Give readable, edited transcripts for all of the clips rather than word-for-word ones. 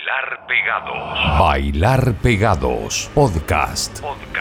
Bailar Pegados. Bailar Pegados. Podcast.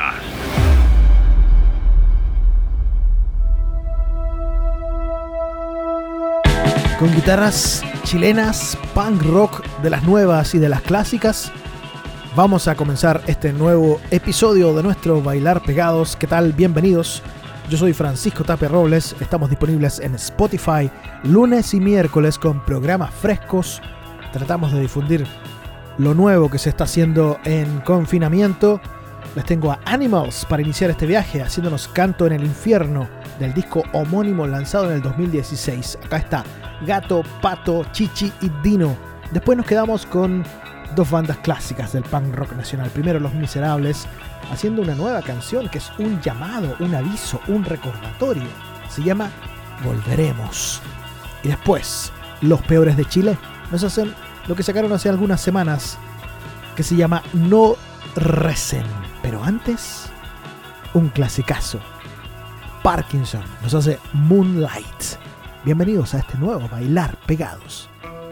Con guitarras chilenas, punk rock de las nuevas y de las clásicas, vamos a comenzar este nuevo episodio de nuestro Bailar Pegados. ¿Qué tal? Bienvenidos. Yo soy Francisco Tapia Robles. Estamos disponibles en Spotify lunes y miércoles con programas frescos. Tratamos de difundir lo nuevo que se está haciendo en confinamiento. Les tengo a Animals para iniciar este viaje, haciéndonos Canto en el Infierno, del disco homónimo lanzado en el 2016. Acá está Gato, Pato, Chichi y Dino. Después nos quedamos con dos bandas clásicas del punk rock nacional. Primero Los Miserables, haciendo una nueva canción que es un llamado, un aviso, un recordatorio. Se llama Volveremos. Y después Los Peores de Chile nos hacen lo que sacaron hace algunas semanas, que se llama No Recen. Pero antes, un clasicazo. Parkinson nos hace Moonlight. Bienvenidos a este nuevo Bailar Pegados.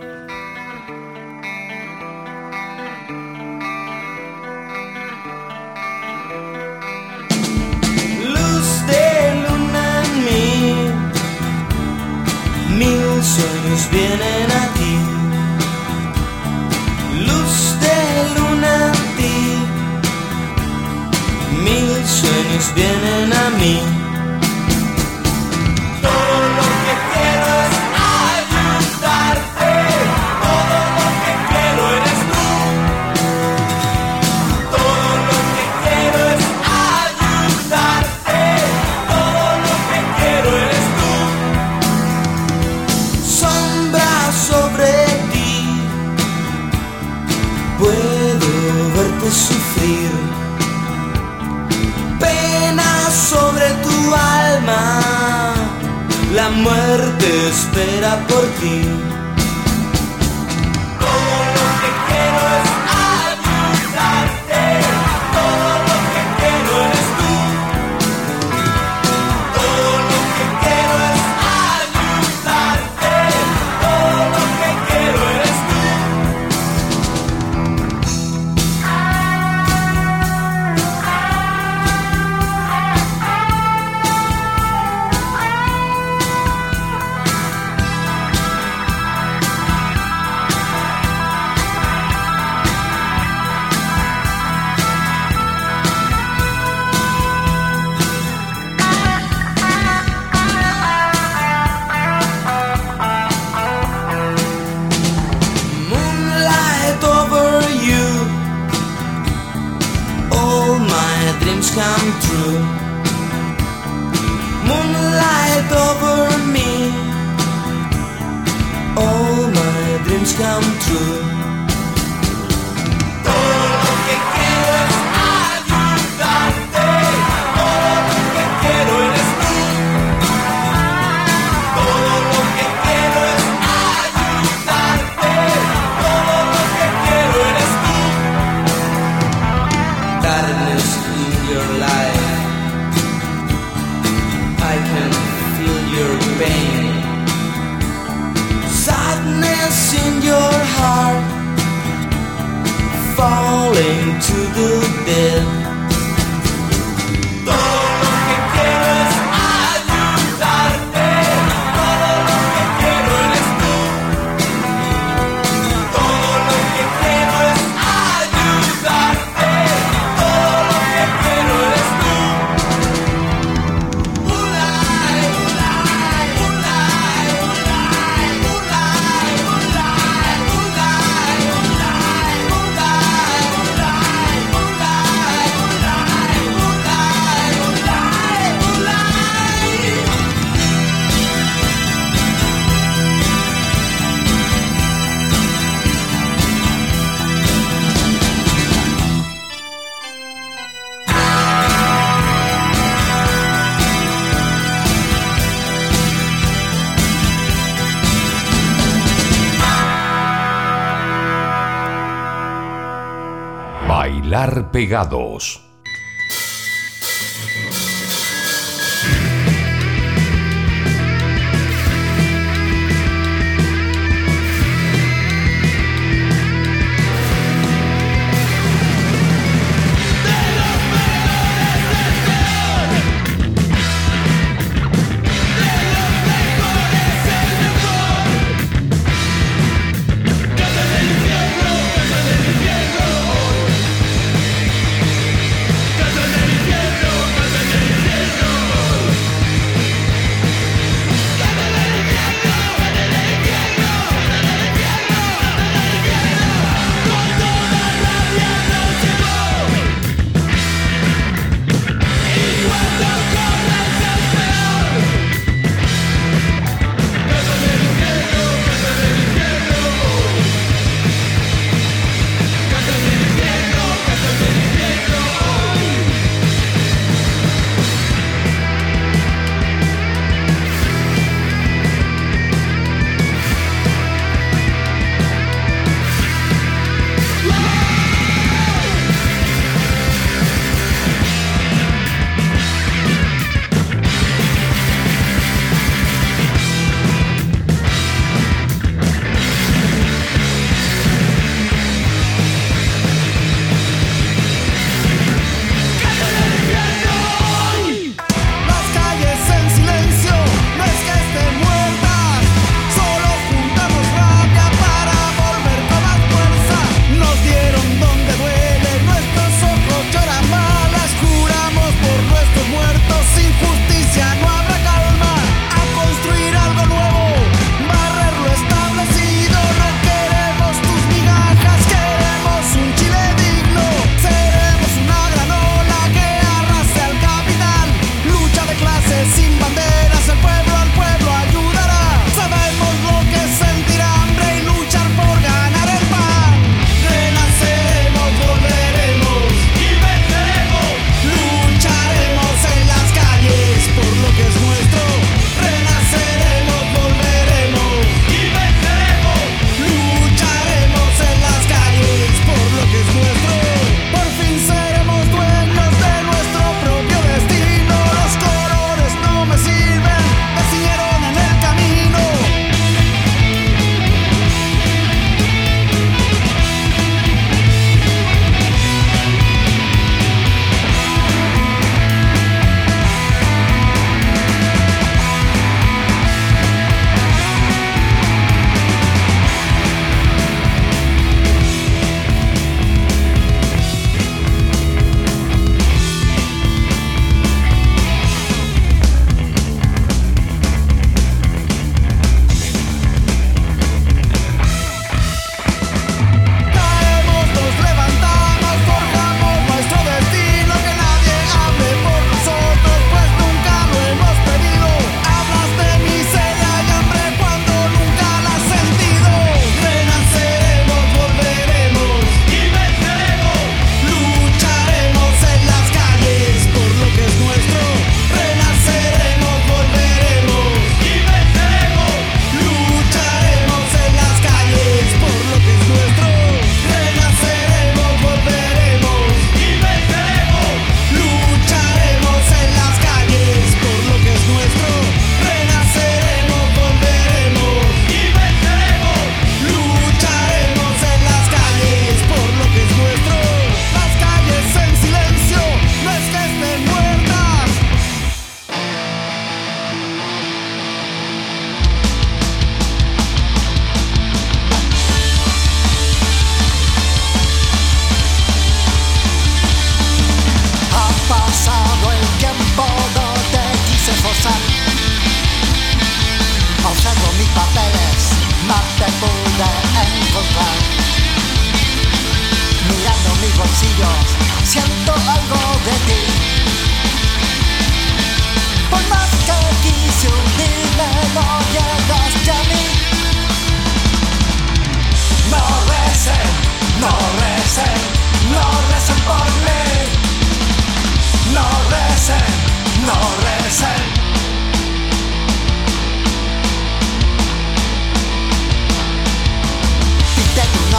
Luz de luna en mí, mil sueños vienen a ti. Luz de luna en ti, mil sueños vienen a mí. Todo lo que quiero es ayudarte, todo lo que quiero eres tú. Todo lo que quiero es ayudarte, todo lo que quiero eres tú. Sombra sobre ti, puedo verte sufrir. Pena sobre tu alma, la muerte espera por ti. Todo lo que quiero es ayudarte, todo lo que quiero eres tú. Todo lo que quiero es ayudarte, todo lo que quiero eres tú. Come true. Moonlight over me, all my dreams come true. Todo lo que quiero es ayudarte, todo lo que quiero eres tú. Todo lo que quiero es ayudarte, todo lo que quiero eres tú. Darkness your life, I can feel your pain. Sadness in your heart, falling to the dead. Todo lo que quiero es ayudarte, todo lo que quiero eres tú. Todo lo que quiero es ayudarte, todo lo que quiero eres tú. Moonlight, moonlight, moonlight, moonlight, moonlight, moonlight, moonlight, moonlight, moonlight, Bailar Pegados.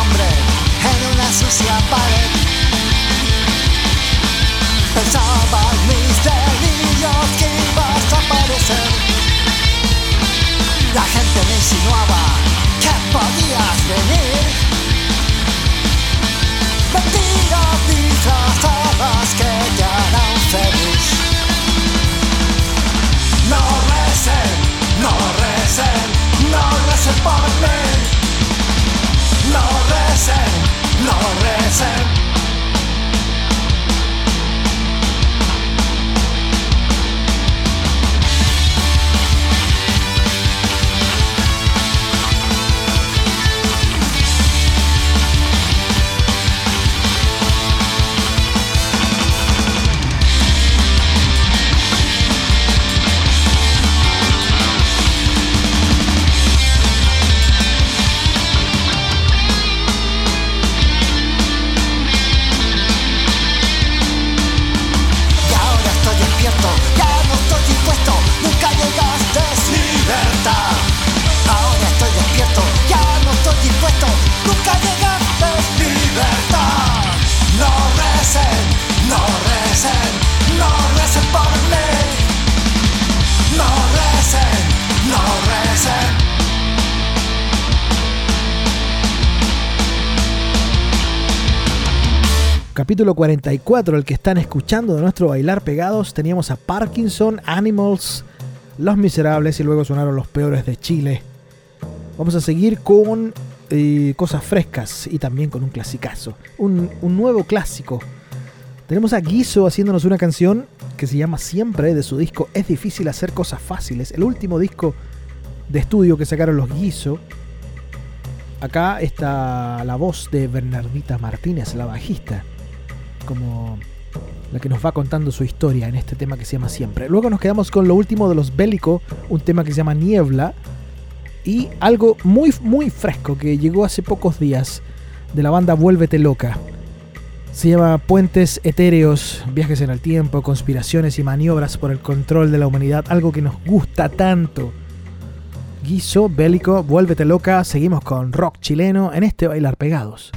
nombre en una sucia pared. Pensaba en mis delirios que ibas a aparecer. La gente me insinuaba que podías venir. Mentiras disfrazadas que te harán feliz. No recen, no recen, no recen por mí. No recen, no recen. Capítulo 44, el que están escuchando de nuestro Bailar Pegados. Teníamos a Parkinson, Animals, Los Miserables y luego sonaron Los Peores de Chile. Vamos a seguir con cosas frescas y también con un clasicazo, un nuevo clásico. Tenemos a Guiso haciéndonos una canción que se llama Siempre, de su disco Es Difícil Hacer Cosas Fáciles, el último disco de estudio que sacaron los Guiso. Acá está la voz de Bernardita Martínez, la bajista, como la que nos va contando su historia en este tema que se llama Siempre. Luego nos quedamos con lo último de los Bélico, un tema que se llama Niebla, y algo muy muy fresco que llegó hace pocos días de la banda Vuélvete Loca. Se llama Puentes Etéreos, Viajes en el Tiempo, Conspiraciones y Maniobras por el Control de la Humanidad, algo que nos gusta tanto. Guiso, Bélico, Vuélvete Loca. Seguimos con rock chileno en este Bailar Pegados.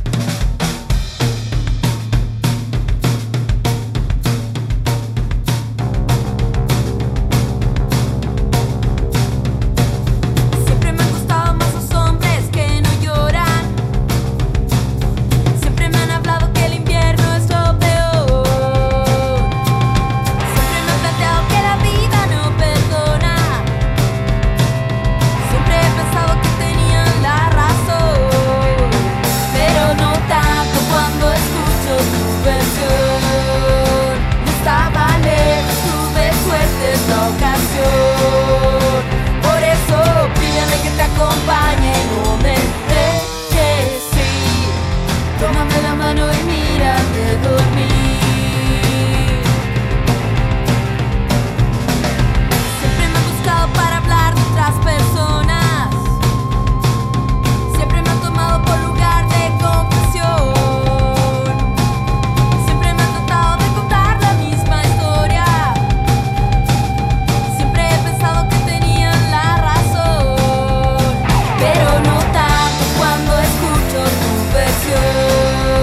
Pero no tanto cuando escucho tu versión.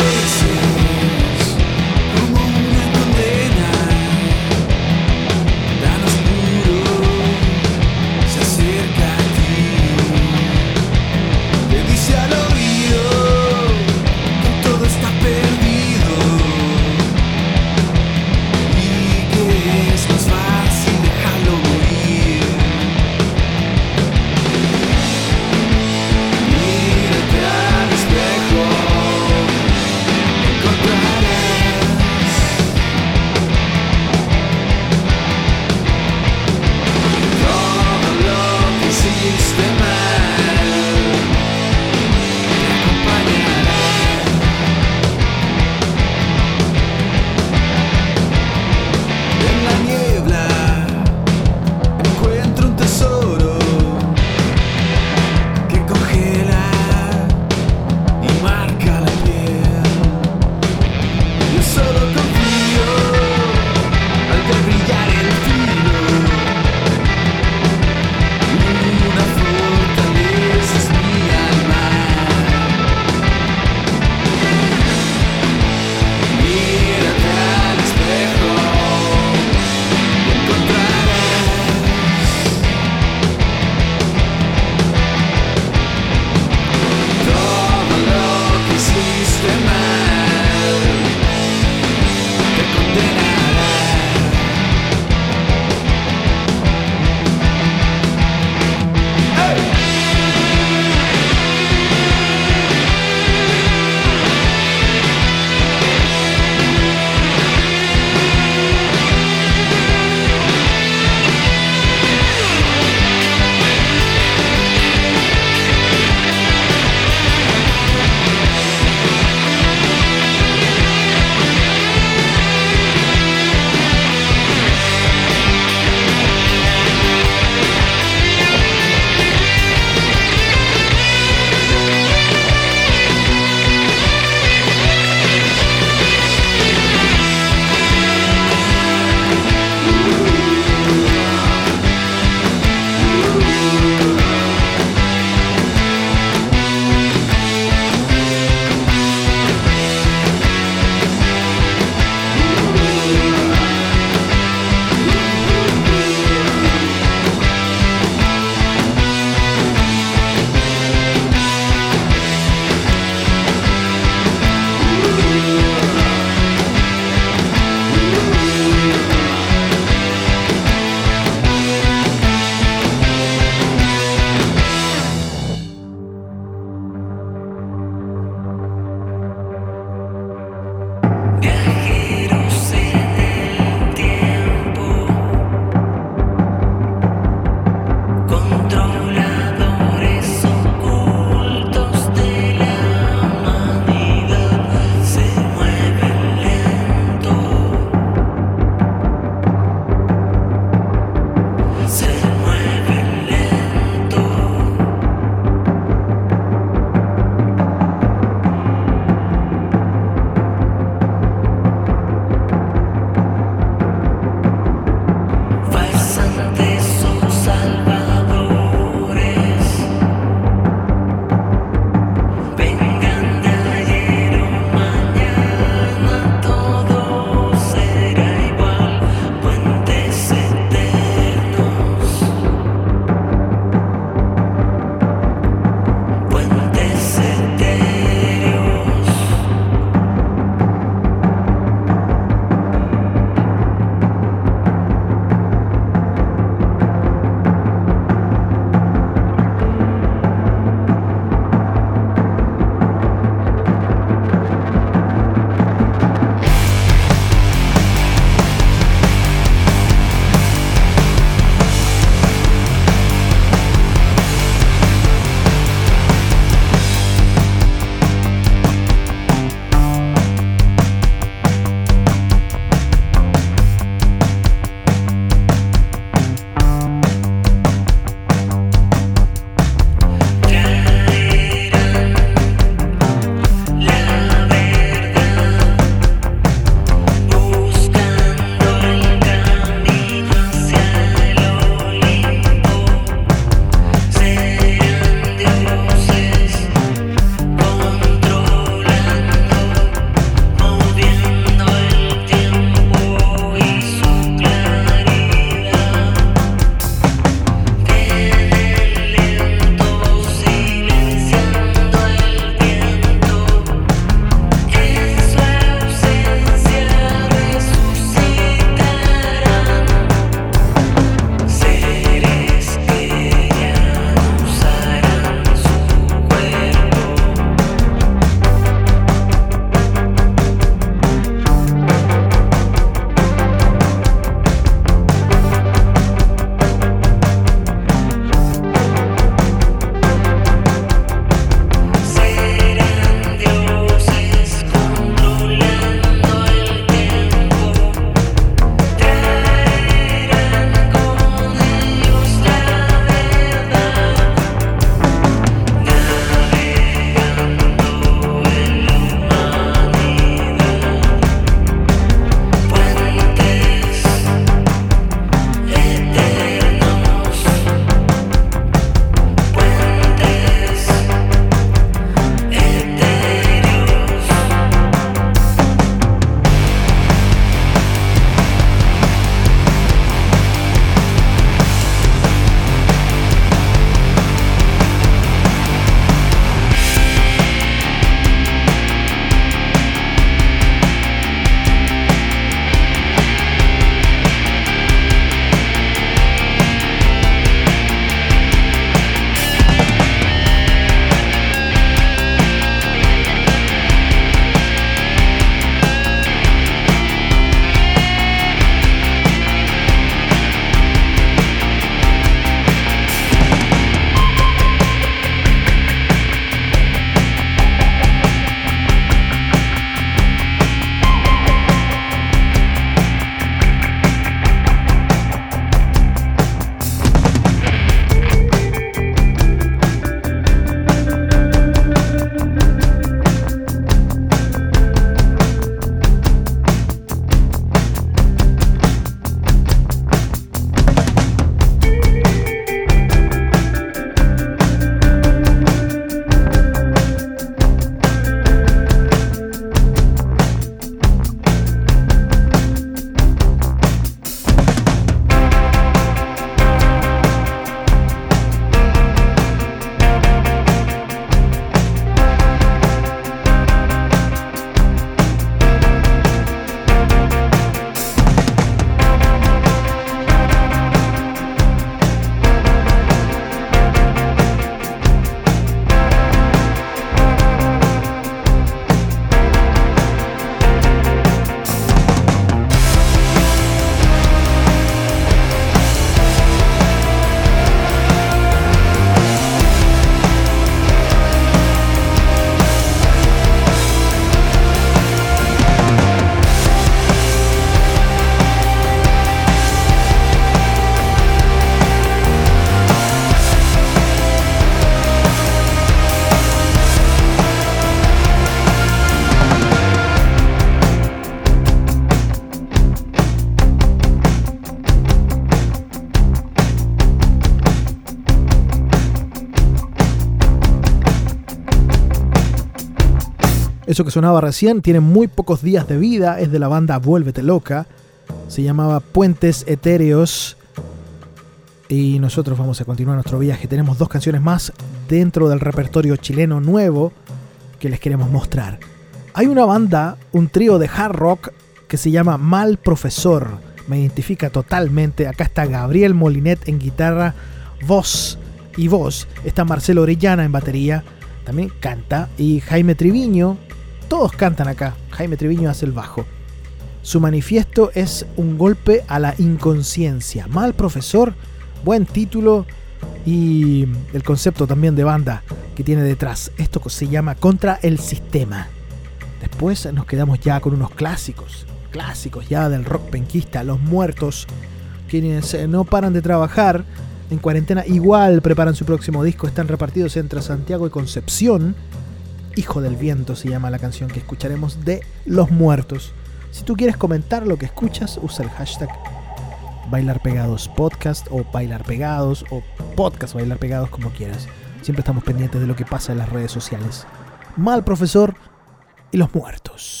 Eso que sonaba recién tiene muy pocos días de vida, es de la banda Vuélvete Loca, se llamaba Puentes Etéreos y nosotros vamos a continuar nuestro viaje. Tenemos 2 canciones más dentro del repertorio chileno nuevo que les queremos mostrar. Hay una banda, un trío de hard rock que se llama Mal Profesor, me identifica totalmente. Acá está Gabriel Molinet en guitarra, voz y voz, está Marcelo Orellana en batería, también canta, y Jaime Triviño. Todos cantan acá. Jaime Triviño hace el bajo. Su manifiesto es un golpe a la inconsciencia. Mal Profesor, buen título y el concepto también de banda que tiene detrás. Esto se llama Contra el Sistema. Después nos quedamos ya con unos clásicos ya del rock penquista, Los Muertos, quienes no paran de trabajar en cuarentena. Igual preparan su próximo disco. Están repartidos entre Santiago y Concepción. Hijo del Viento se llama la canción que escucharemos de Los Muertos. Si tú quieres comentar lo que escuchas, usa el hashtag Bailar Pegados Podcast o Bailar Pegados o Podcast Bailar Pegados, como quieras. Siempre estamos pendientes de lo que pasa en las redes sociales. Mal Profesor y Los Muertos.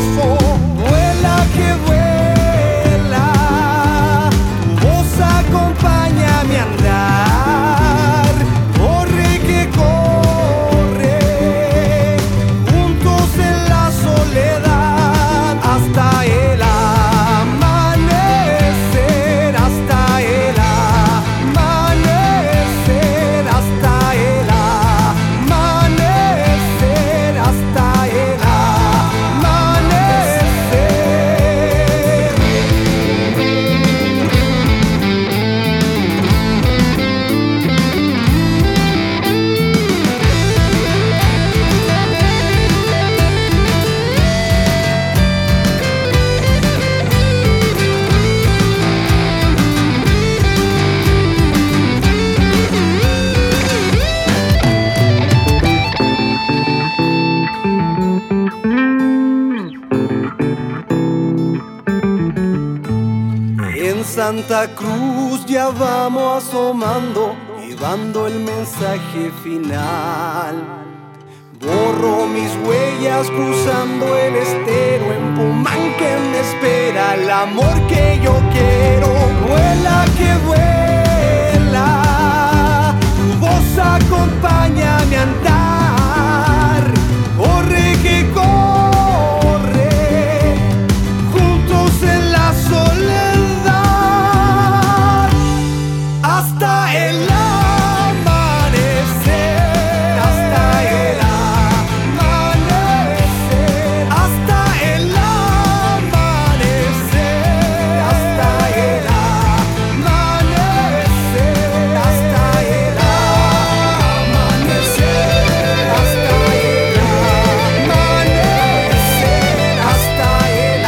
gozo. Vuela que vuela, tu voz acompaña mi andar. Corre que corre, juntos en la soledad, hasta el amanecer, hasta el amanecer, hasta el amanecer, hasta el amanecer. En Santa Cruz ya vamos asomando, llevando el mensaje final. Borro mis huellas cruzando el estero, en Pumanque me espera el amor que yo quiero. Vuela que vuela, tu voz acompaña mi andar. Corre que corre, juntos en la soledad, hasta el amanecer, hasta el amanecer, hasta el amanecer, hasta el amanecer, hasta el amanecer, hasta el amanecer, hasta el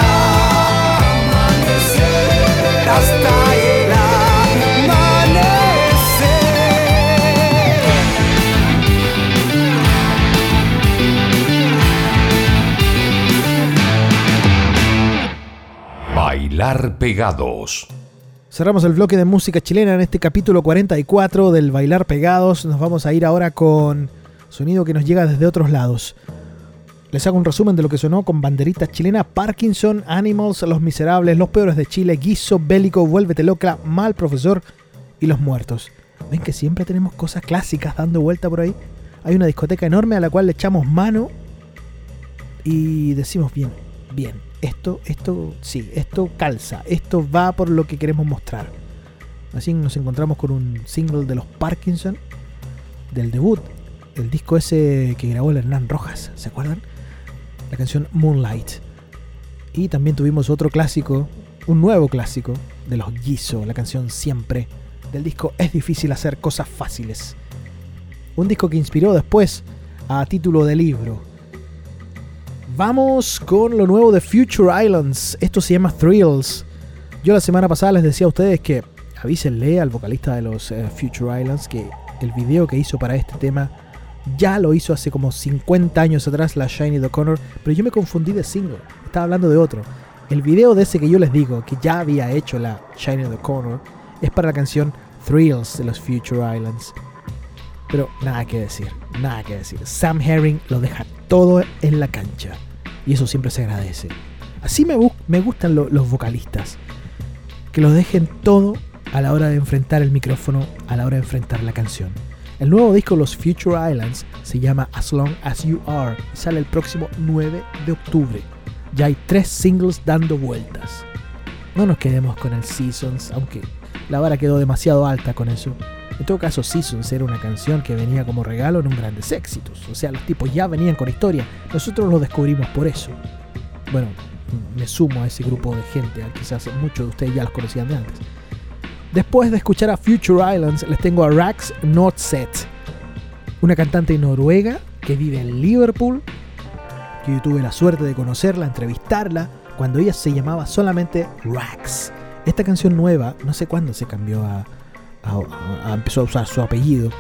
amanecer, hasta el Bailar Pegados. Cerramos el bloque de música chilena en este capítulo 44 del Bailar Pegados. Nos vamos a ir ahora con sonido que nos llega desde otros lados. Les hago un resumen de lo que sonó con banderitas chilenas: Parkinson, Animals, Los Miserables, Los Peores de Chile, Guiso, Bélico, Vuélvete Loca, Mal Profesor y Los Muertos. ¿Ven que siempre tenemos cosas clásicas dando vuelta por ahí? Hay una discoteca enorme a la cual le echamos mano y decimos bien, esto sí, esto calza, esto va por lo que queremos mostrar. Así nos encontramos con un single de los Parkinson, del debut, el disco ese que grabó el Hernán Rojas, ¿se acuerdan? La canción Moonlight. Y también tuvimos otro clásico, un nuevo clásico de los Guiso, la canción Siempre, del disco Es Difícil Hacer Cosas Fáciles. Un disco que inspiró después a título de libro. Vamos con lo nuevo de Future Islands. Esto se llama Thrills. Yo la semana pasada les decía a ustedes que avísenle al vocalista de los Future Islands que el video que hizo para este tema ya lo hizo hace como 50 años atrás, la Sinéad O'Connor, pero yo me confundí de single, estaba hablando de otro. El video de ese que yo les digo que ya había hecho la Sinéad O'Connor es para la canción Thrills de los Future Islands. Pero nada que decir. Sam Herring lo deja todo en la cancha y eso siempre se agradece. Así me gustan los vocalistas, que los dejen todo a la hora de enfrentar el micrófono, a la hora de enfrentar la canción. El nuevo disco de los Future Islands se llama As Long As You Are y sale el próximo 9 de octubre. Ya hay 3 singles dando vueltas. No nos quedemos con el Seasons, aunque la vara quedó demasiado alta con eso. En todo caso, Seasons era una canción que venía como regalo en un Grandes Éxitos. O sea, los tipos ya venían con historia. Nosotros lo descubrimos por eso. Bueno, me sumo a ese grupo de gente. Quizás muchos de ustedes ya los conocían de antes. Después de escuchar a Future Islands, les tengo a Rax Nordset, una cantante noruega que vive en Liverpool, que yo tuve la suerte de conocerla, entrevistarla, cuando ella se llamaba solamente Rax. Esta canción nueva, no sé cuándo se cambió empezó a usar su apellido.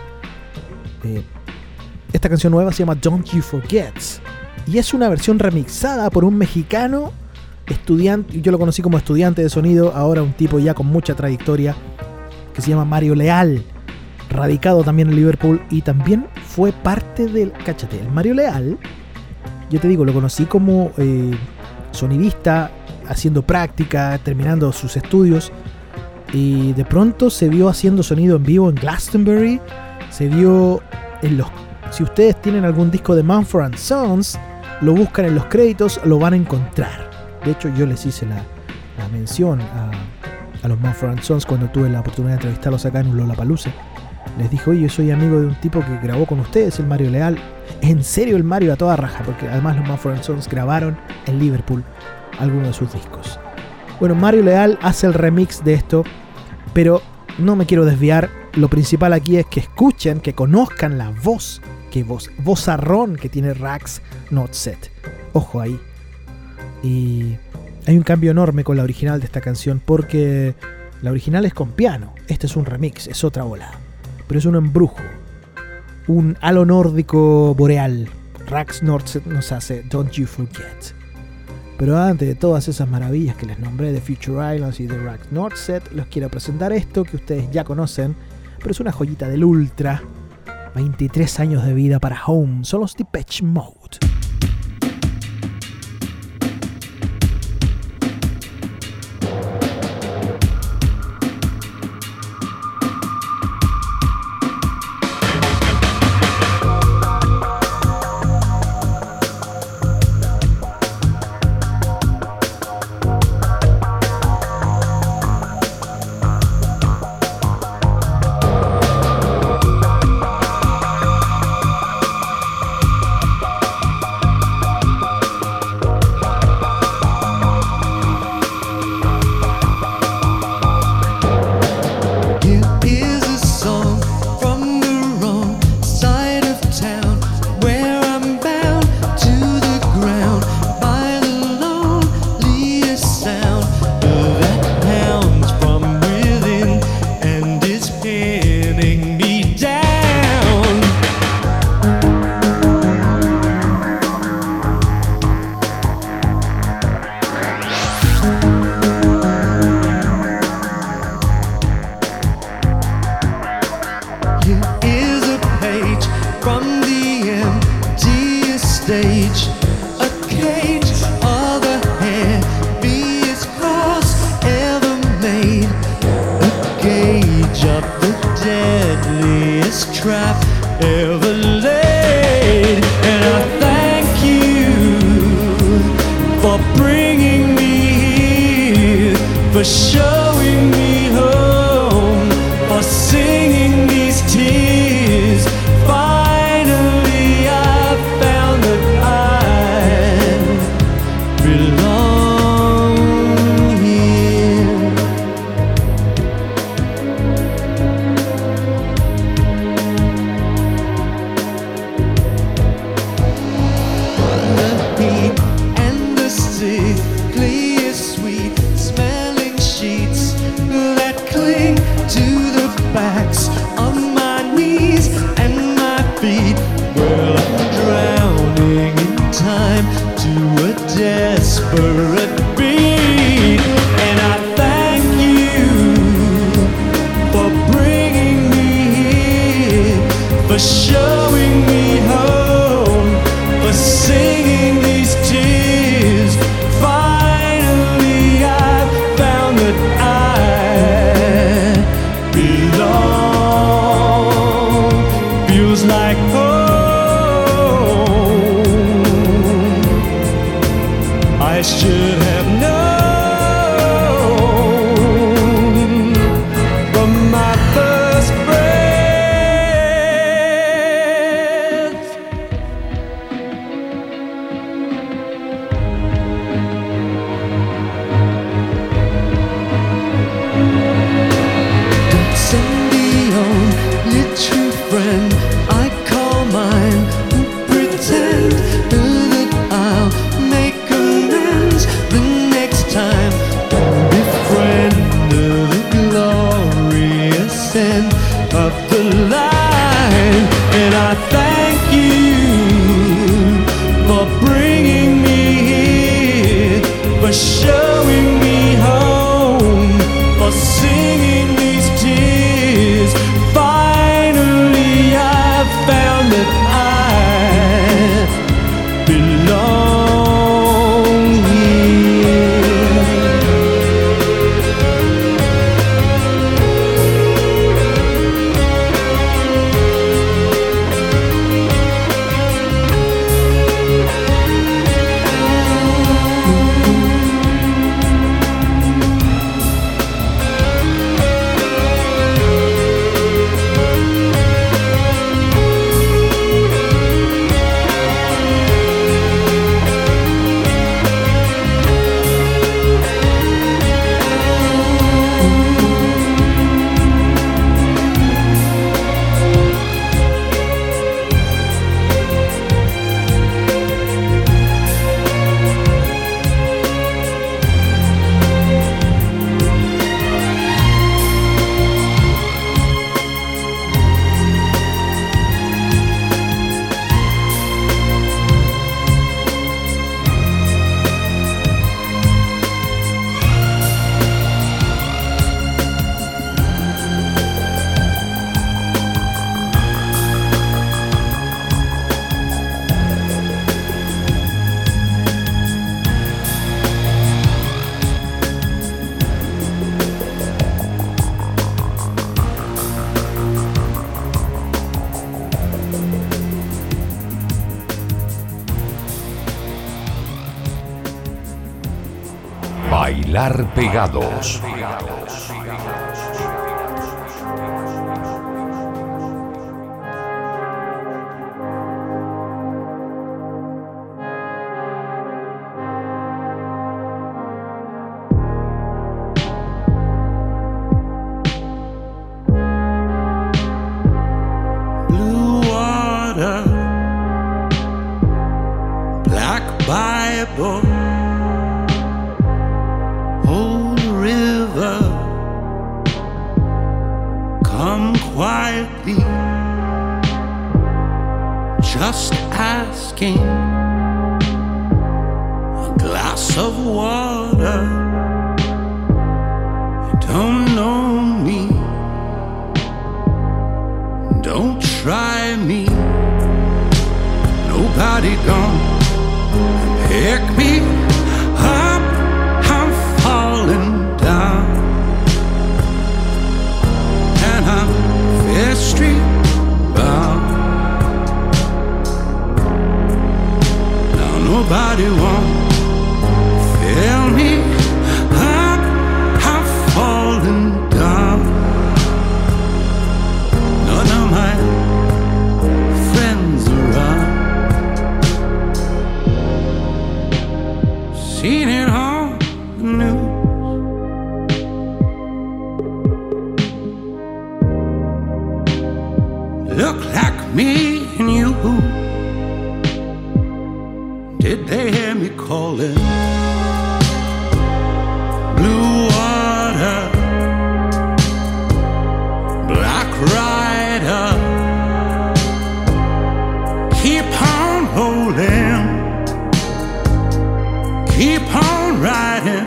Esta canción nueva se llama Don't You Forget y es una versión remixada por un mexicano estudiante, yo lo conocí como estudiante de sonido, ahora un tipo ya con mucha trayectoria, que se llama Mario Leal, radicado también en Liverpool y también fue parte del... Cáchate, el Mario Leal, yo te digo, lo conocí como sonidista, haciendo práctica, terminando sus estudios, y de pronto se vio haciendo sonido en vivo en Glastonbury. Se vio en los... Si ustedes tienen algún disco de Mumford & Sons, lo buscan en los créditos, lo van a encontrar. De hecho, yo les hice la mención a los Mumford & Sons cuando tuve la oportunidad de entrevistarlos acá en un Lollapalooza. Les dije, oye, yo soy amigo de un tipo que grabó con ustedes, el Mario Leal. En serio, el Mario a toda raja, porque además los Mumford & Sons grabaron en Liverpool algunos de sus discos. Bueno, Mario Leal hace el remix de esto, pero no me quiero desviar. Lo principal aquí es que escuchen, que conozcan la voz, vozarrón que tiene Rax Not Set. Ojo ahí. Y hay un cambio enorme con la original de esta canción, porque la original es con piano. Este es un remix, es otra ola. Pero es un embrujo, un halo nórdico boreal. Rax Not Set nos hace Don't You Forget. Pero antes de todas esas maravillas que les nombré de Future Islands y de Rax Not Set, les quiero presentar esto que ustedes ya conocen, pero es una joyita del Ultra. 23 años de vida para Home, son los Depeche Mode. Pretend that I'll make amends the next Bailar Pegados. Blue water, black Bible, old river, come quietly, just asking a glass of water. You don't know me, don't try me. Nobody gonna pick me up. I'm falling down, and I'm Fifth Street bound. Now nobody won't fill me up. I'm falling down. None of my friends around. Seen it on the news. Look like me and you. Did they hear me calling? Blue water, black rider, keep on rolling, keep on riding.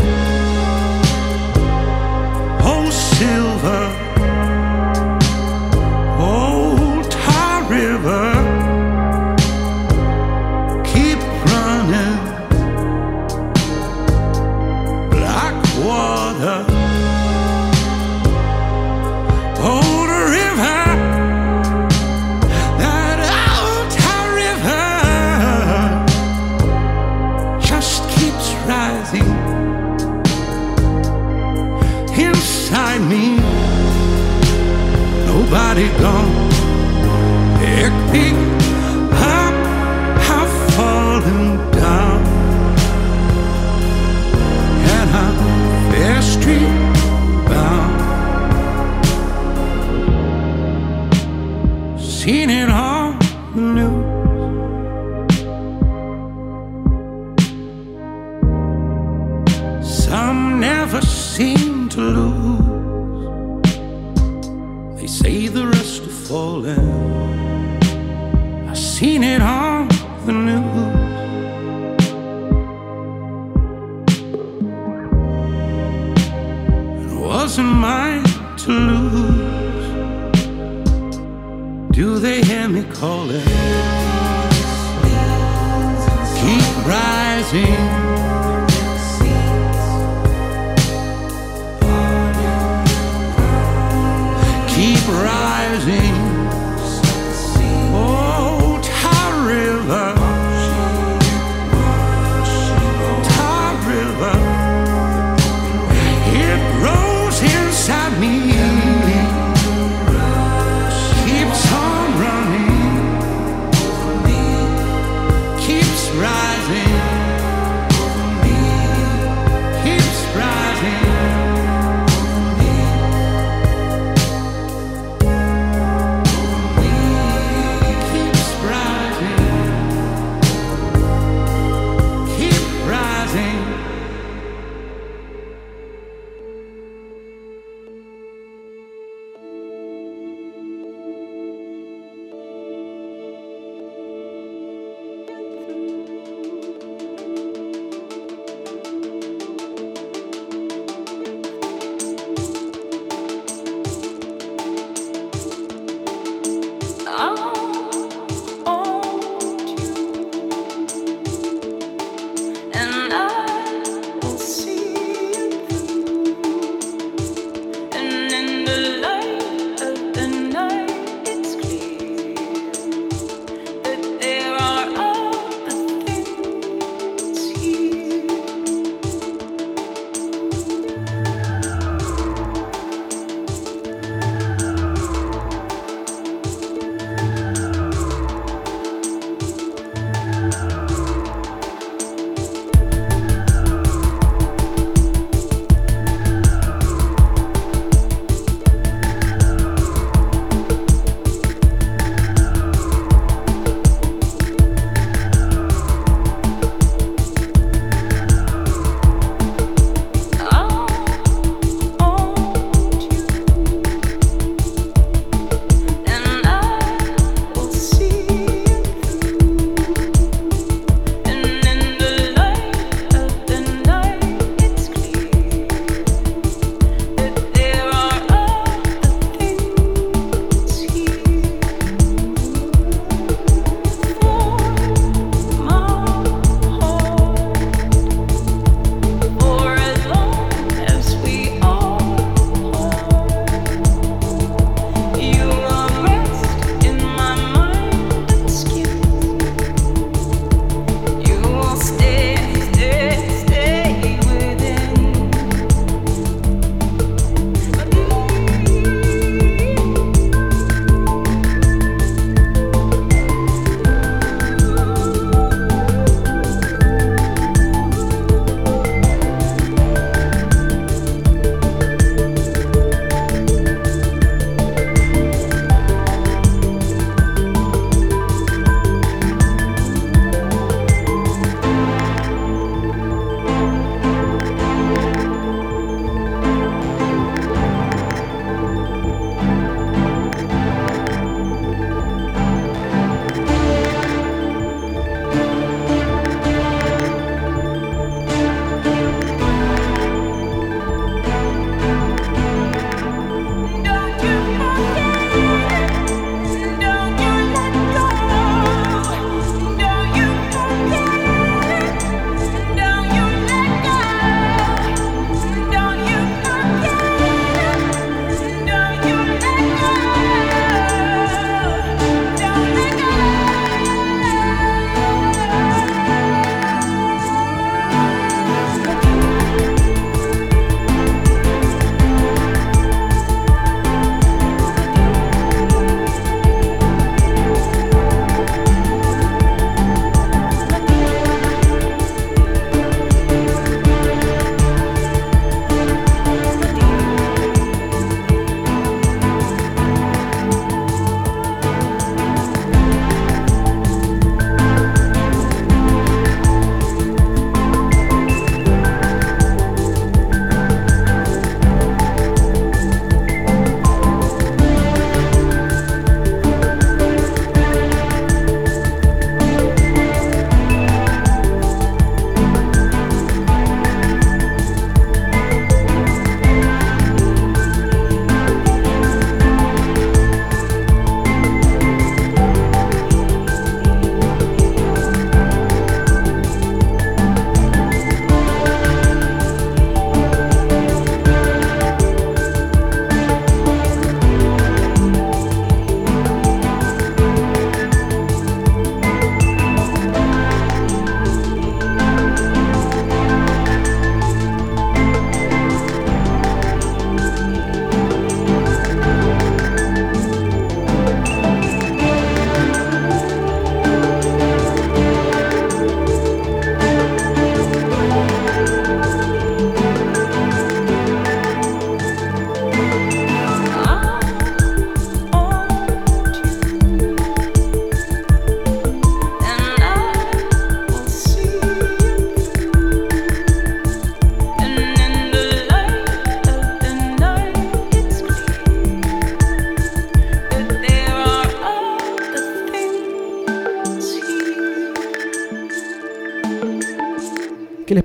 Oh, silver, old Tar River, keep running. Black water, old river, that old Tar River just keeps rising inside me. Nobody gonna pick me up. I'm falling down, and I'm Fifth Street bound. Seen it on the news. Some never seem to lose. They say the rest are falling. I've seen it on the news. It wasn't mine to lose. Do they hear me calling? Keep rising. Keep rising. Oh, Tar River, Tar River, it grows inside me. Keeps on running, keeps rising.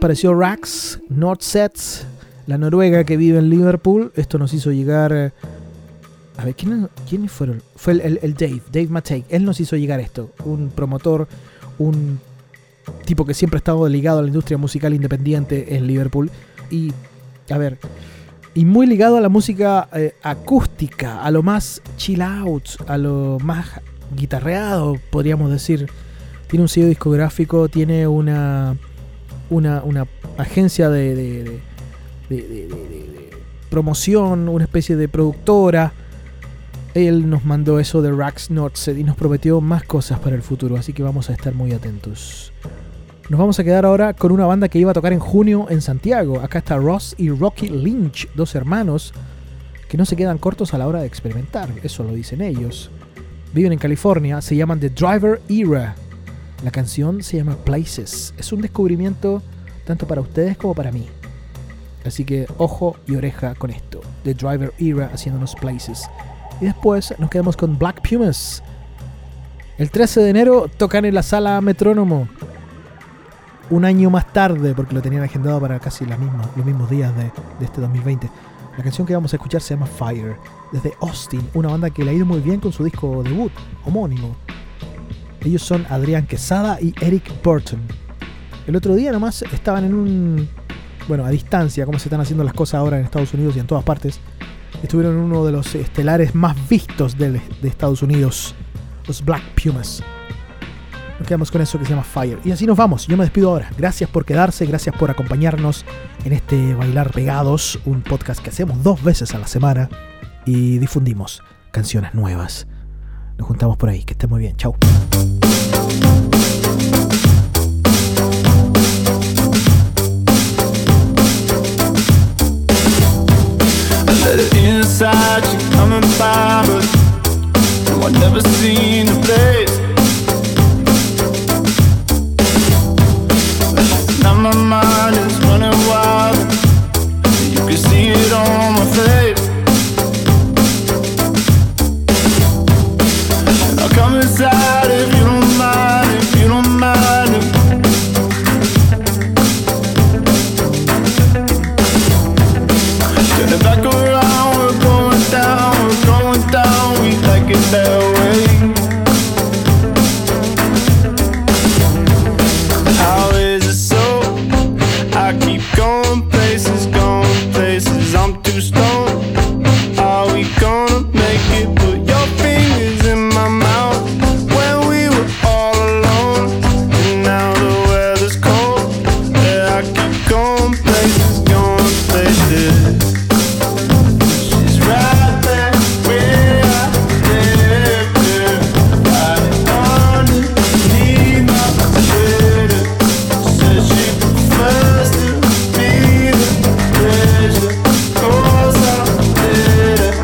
apareció Rax Nordsets, la noruega que vive en Liverpool. Esto nos hizo llegar... A ver, ¿quiénes fueron? Fue el Dave Matei. Él nos hizo llegar esto. Un promotor, un tipo que siempre ha estado ligado a la industria musical independiente en Liverpool. Y, a ver, y muy ligado a la música acústica, a lo más chill out, a lo más guitarreado, podríamos decir. Tiene un sello discográfico, tiene una agencia de promoción, una especie de productora. Él nos mandó eso de Rax Nordset y nos prometió más cosas para el futuro, así que vamos a estar muy atentos. Nos vamos a quedar ahora con una banda que iba a tocar en junio en Santiago. Acá está Ross y Rocky Lynch, dos hermanos que no se quedan cortos a la hora de experimentar, eso lo dicen ellos. Viven en California, se llaman The Driver Era. La canción se llama Places. Es un descubrimiento tanto para ustedes como para mí. Así que ojo y oreja con esto. The Driver Era haciéndonos Places. Y después nos quedamos con Black Pumas. El 13 de enero tocan en la Sala Metrónomo. Un año más tarde, porque lo tenían agendado para casi los mismos días de este 2020. La canción que vamos a escuchar se llama Fire. Desde Austin, una banda que le ha ido muy bien con su disco debut, homónimo. Ellos son Adrián Quesada y Eric Burton. El otro día nomás estaban en un... Bueno, a distancia, como se están haciendo las cosas ahora en Estados Unidos y en todas partes. Estuvieron en uno de los estelares más vistos de Estados Unidos, los Black Pumas. Nos quedamos con eso que se llama Fire. Y así nos vamos, yo me despido ahora. Gracias por quedarse, gracias por acompañarnos en este Bailar Pegados, un podcast que hacemos 2 veces a la semana y difundimos canciones nuevas. Nos juntamos por ahí, que estén muy bien, chau. Let it inside you coming by, but no, I've never seen the place. Now my mind is running wild. You can see it on my face. And I'll come inside if you don't mind, if you don't mind. Turn it back around, we're going down, we like it that way. How is it so? I keep going places, I'm too stoned. Are we gonna make it? Put your fingers in my mouth when we were all alone. And now the weather's cold. Yeah, I keep going places, She's right there where I live, right underneath my sweater. Says she prefers to be the pleasure, 'cause I let her.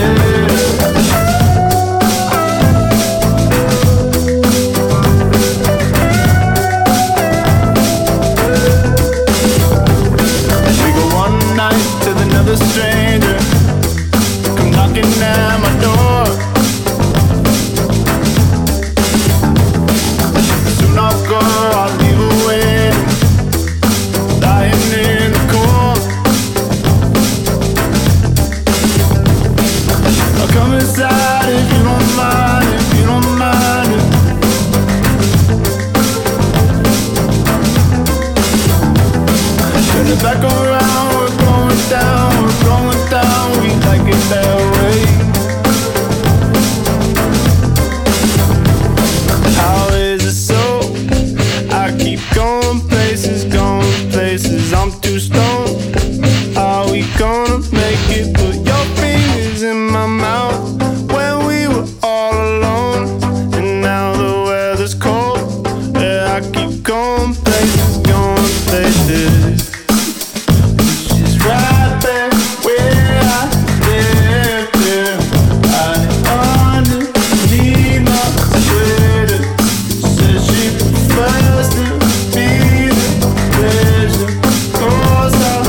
We go one night to another stranger, come knocking at my door. Soon I'll go, I'll leave her waiting, lying in the cold. I'll come inside if you don't mind, if you don't mind. Turn it back around, we're going down, we like it that way. How is it so? I keep going places, I'm too stoned. Are we gonna make it? Put your fingers in my mouth when we were all alone. And now the weather's cold. Yeah, I keep going places, She's right there where I live, right underneath my sweater. Says she prefers to be the pleasure, 'cause I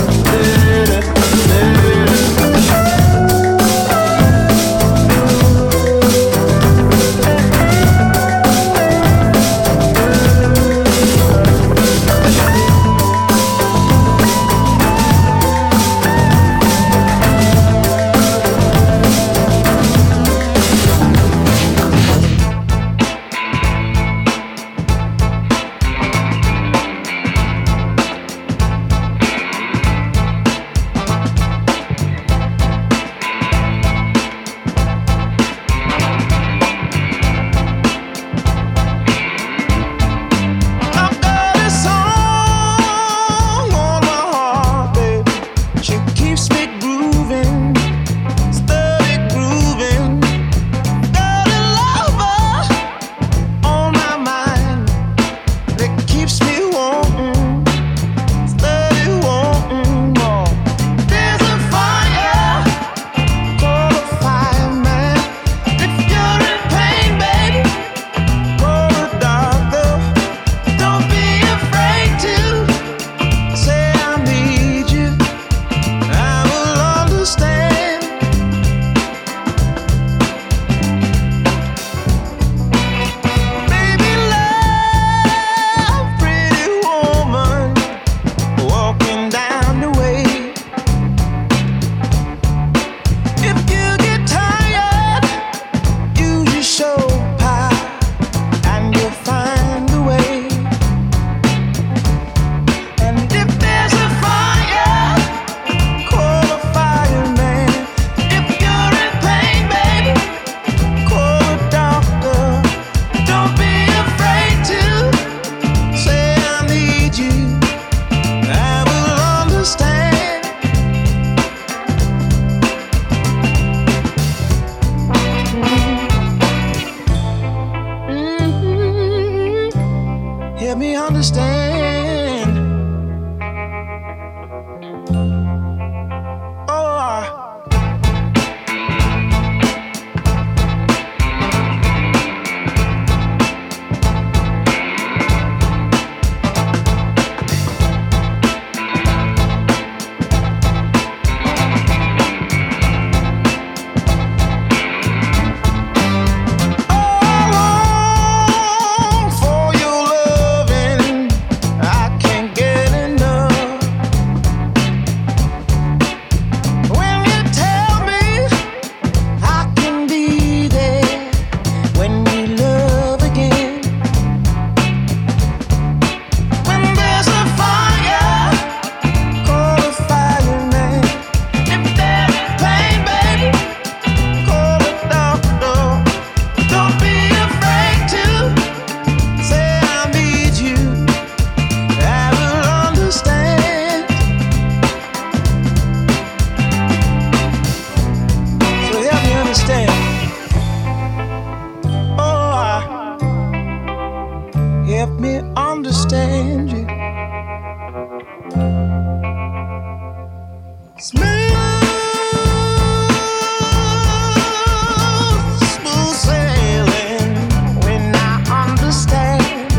Smooth sailing when I understand.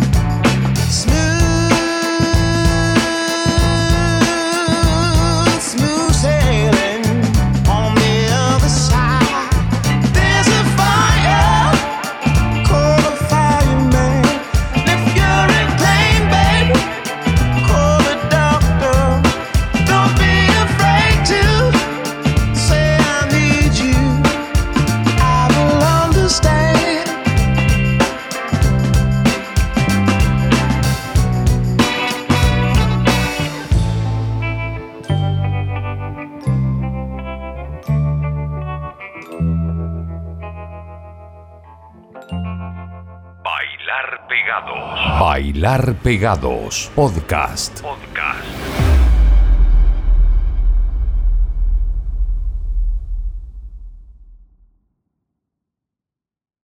Smooth sailing on the other side. There's a fire, call a fireman. If you're in pain, baby, call a doctor. Don't be afraid to say I need you. I will understand. Bailar Pegados. Bailar Pegados. Podcast.